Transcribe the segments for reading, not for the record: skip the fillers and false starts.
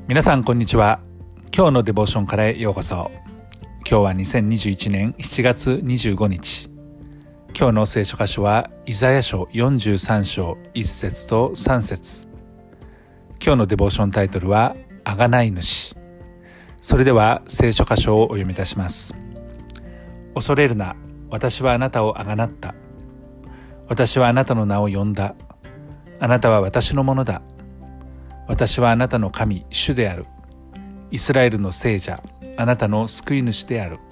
皆さんこんにちは。今日のデボーションからへようこそ。今日は2021年7月25日。今日の聖書箇所はイザヤ書43章1節と3節。今日のデボーションタイトルは贖い主。それでは聖書箇所をお読みいたします。恐れるな、私はあなたを贖った。私はあなたの名を呼んだ。あなたは私のものだ。私はあなたの神、主である。イスラエルの聖者、あなたの救い主である。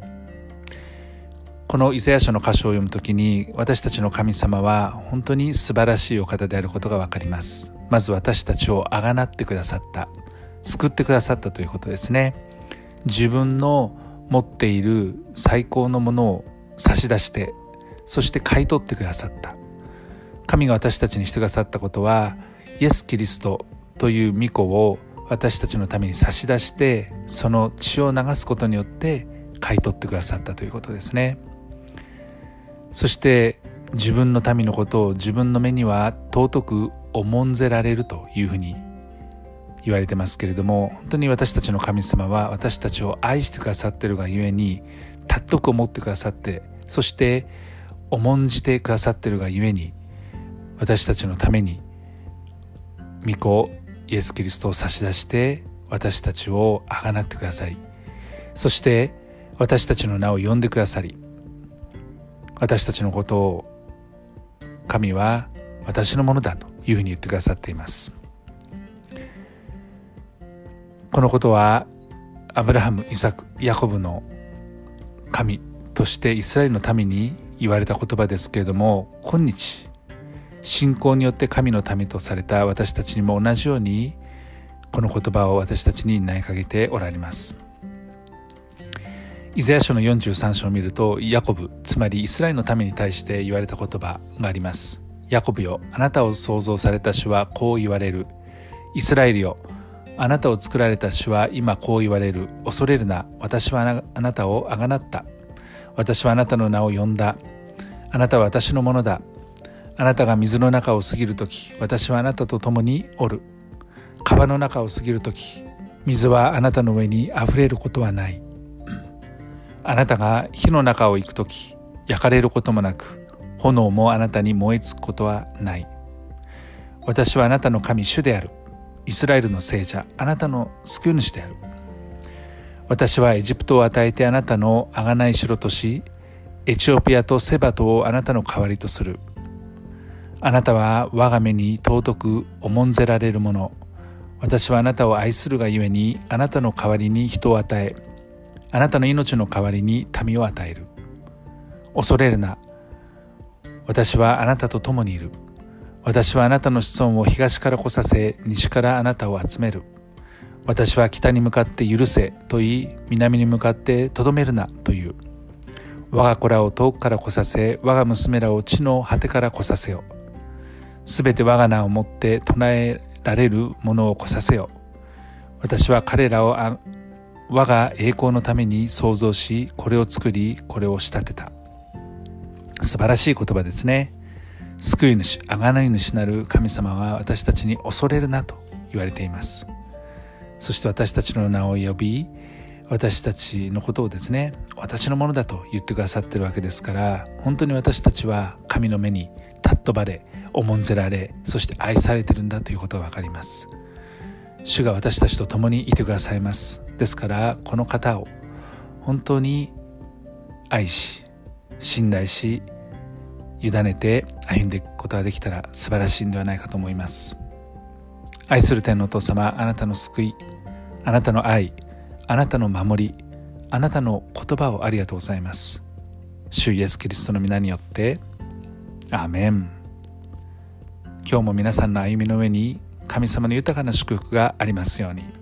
このイザヤ書の箇所を読むときに、私たちの神様は本当に素晴らしいお方であることがわかります。まず私たちをあがなってくださった、救ってくださったということですね。自分の持っている最高のものを差し出して、そして買い取ってくださった。神が私たちにしてくださったことは、イエス・キリストという御子を私たちのために差し出して、その血を流すことによって買い取ってくださったということですね。そして自分の民のことを自分の目には尊く重んぜられるというふうに言われてますけれども、本当に私たちの神様は私たちを愛してくださっているがゆえに、尊く思ってくださって、そして重んじてくださっているがゆえに、私たちのために御子イエス・キリストを差し出して私たちをあがなってください。そして私たちの名を呼んでくださり、私たちのことを神は私のものだというふうに言ってくださっています。このことはアブラハム、イサク、ヤコブの神としてイスラエルの民に言われた言葉ですけれども、今日信仰によって神の民とされた私たちにも同じようにこの言葉を私たちに投げかけておられます。イザヤ書の43章を見ると、ヤコブ、つまりイスラエルの民に対して言われた言葉があります。ヤコブよ、あなたを創造された主はこう言われる。イスラエルよ、あなたを作られた主は今こう言われる。恐れるな、私はあなたをあがなった。私はあなたの名を呼んだ。あなたは私のものだ。あなたが水の中を過ぎるとき、私はあなたと共におる。川の中を過ぎるとき、水はあなたの上にあふれることはない。あなたが火の中を行くとき、焼かれることもなく、炎もあなたに燃え尽くことはない。私はあなたの神、主である。イスラエルの聖者、あなたの救い主である。私はエジプトを与えてあなたの贖い城とし、エチオピアとセバトをあなたの代わりとする。あなたは我が目に尊く重んぜられるもの。私はあなたを愛するがゆえに、あなたの代わりに人を与え、あなたの命の代わりに民を与える。恐れるな。私はあなたと共にいる。私はあなたの子孫を東から来させ、西からあなたを集める。私は北に向かって許せと言い、南に向かってとどめるなという。我が子らを遠くから来させ、我が娘らを地の果てから来させよ。すべて我が名をもって唱えられるものを来させよ。私は彼らを我が栄光のために創造し、これを作り、これを仕立てた。素晴らしい言葉ですね。救い主、贖い主なる神様は私たちに恐れるなと言われています。そして私たちの名を呼び、私たちのことをですね、私のものだと言ってくださっているわけですから、本当に私たちは神の目に尊ばれ、重んぜられ、そして愛されているんだということがわかります。主が私たちと共にいてくださいます。ですからこの方を本当に愛し、信頼し、委ねて歩んでいくことができたら素晴らしいんではないかと思います。愛する天のお父様、あなたの救い、あなたの愛、あなたの守り、あなたの言葉をありがとうございます。主イエスキリストの皆によってアーメン。今日も皆さんの歩みの上に神様の豊かな祝福がありますように。